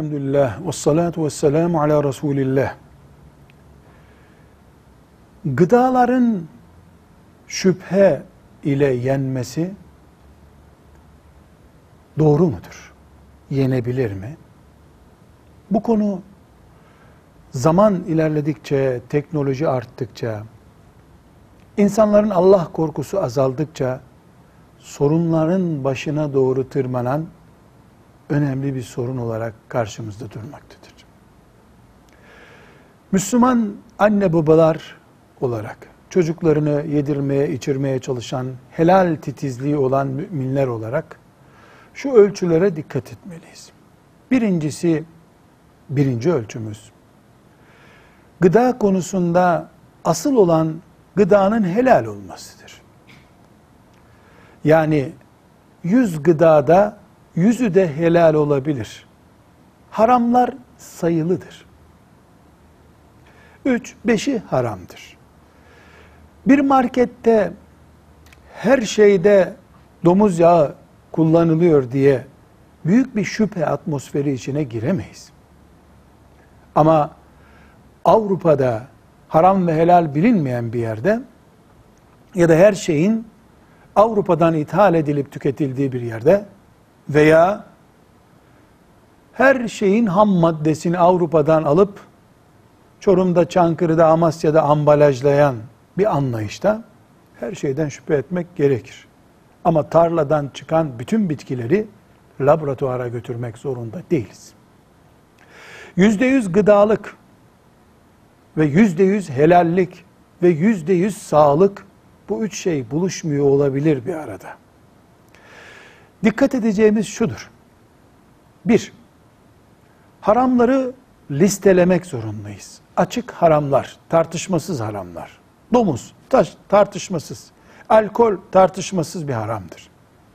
Elhamdülillah ve salatu ve selamu ala Resulillah. Gıdaların şüphe ile yenmesi doğru mudur? Yenebilir mi? Bu konu zaman ilerledikçe, teknoloji arttıkça, insanların Allah korkusu azaldıkça sorunların başına doğru tırmanan önemli bir sorun olarak karşımızda durmaktadır. Müslüman anne babalar olarak çocuklarını yedirmeye, içirmeye çalışan, helal titizliği olan müminler olarak şu ölçülere dikkat etmeliyiz. Birinci ölçümüz, gıda konusunda asıl olan gıdanın helal olmasıdır. Yani 100 gıdada 100'ü de helal olabilir. Haramlar sayılıdır. 5'i haramdır. Bir markette her şeyde domuz yağı kullanılıyor diye büyük bir şüphe atmosferi içine giremeyiz. Ama Avrupa'da haram ve helal bilinmeyen bir yerde ya da her şeyin Avrupa'dan ithal edilip tüketildiği bir yerde veya her şeyin ham maddesini Avrupa'dan alıp Çorum'da, Çankırı'da, Amasya'da ambalajlayan bir anlayışta her şeyden şüphe etmek gerekir. Ama tarladan çıkan bütün bitkileri laboratuvara götürmek zorunda değiliz. %100 gıdalık ve %100 helallik ve %100 sağlık, bu 3 şey buluşmuyor olabilir bir arada. Dikkat edeceğimiz şudur. 1. Haramları listelemek zorundayız. Açık haramlar, tartışmasız haramlar. Domuz, tartışmasız. Alkol, tartışmasız bir haramdır.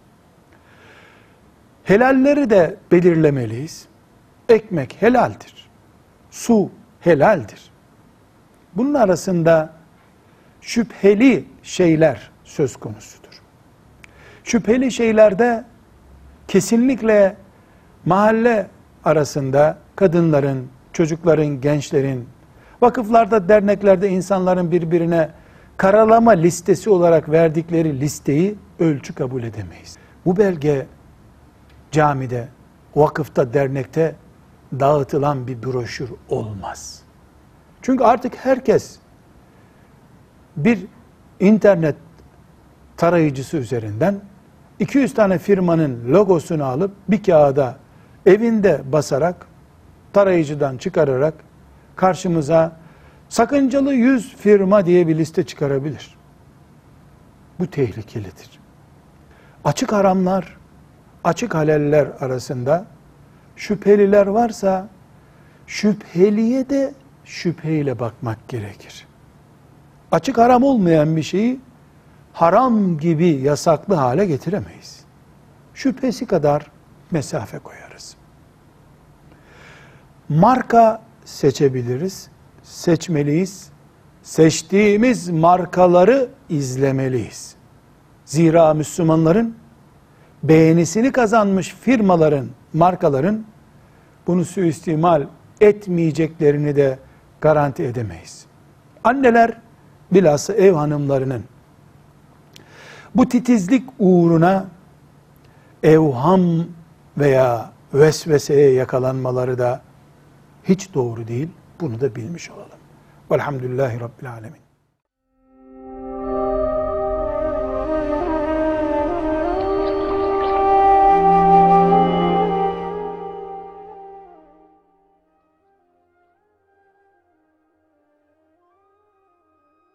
Helalleri de belirlemeliyiz. Ekmek helaldir. Su helaldir. Bunun arasında şüpheli şeyler söz konusudur. Şüpheli şeylerde kesinlikle mahalle arasında kadınların, çocukların, gençlerin, vakıflarda, derneklerde insanların birbirine karalama listesi olarak verdikleri listeyi ölçü kabul edemeyiz. Bu belge camide, vakıfta, dernekte dağıtılan bir broşür olmaz. Çünkü artık herkes bir internet tarayıcısı üzerinden 200 tane firmanın logosunu alıp bir kağıda evinde basarak, tarayıcıdan çıkararak karşımıza sakıncalı 100 firma diye bir liste çıkarabilir. Bu tehlikelidir. Açık haramlar, açık halaller arasında şüpheliler varsa şüpheliye de şüpheyle bakmak gerekir. Açık haram olmayan bir şeyi haram gibi yasaklı hale getiremeyiz. Şüphesi kadar mesafe koyarız. Marka seçebiliriz, seçmeliyiz. Seçtiğimiz markaları izlemeliyiz. Zira Müslümanların beğenisini kazanmış firmaların, markaların bunu suistimal etmeyeceklerini de garanti edemeyiz. Anneler, bilhassa ev hanımlarının bu titizlik uğruna evham veya vesveseye yakalanmaları da hiç doğru değil. Bunu da bilmiş olalım. Velhamdülillahi Rabbil Alemin.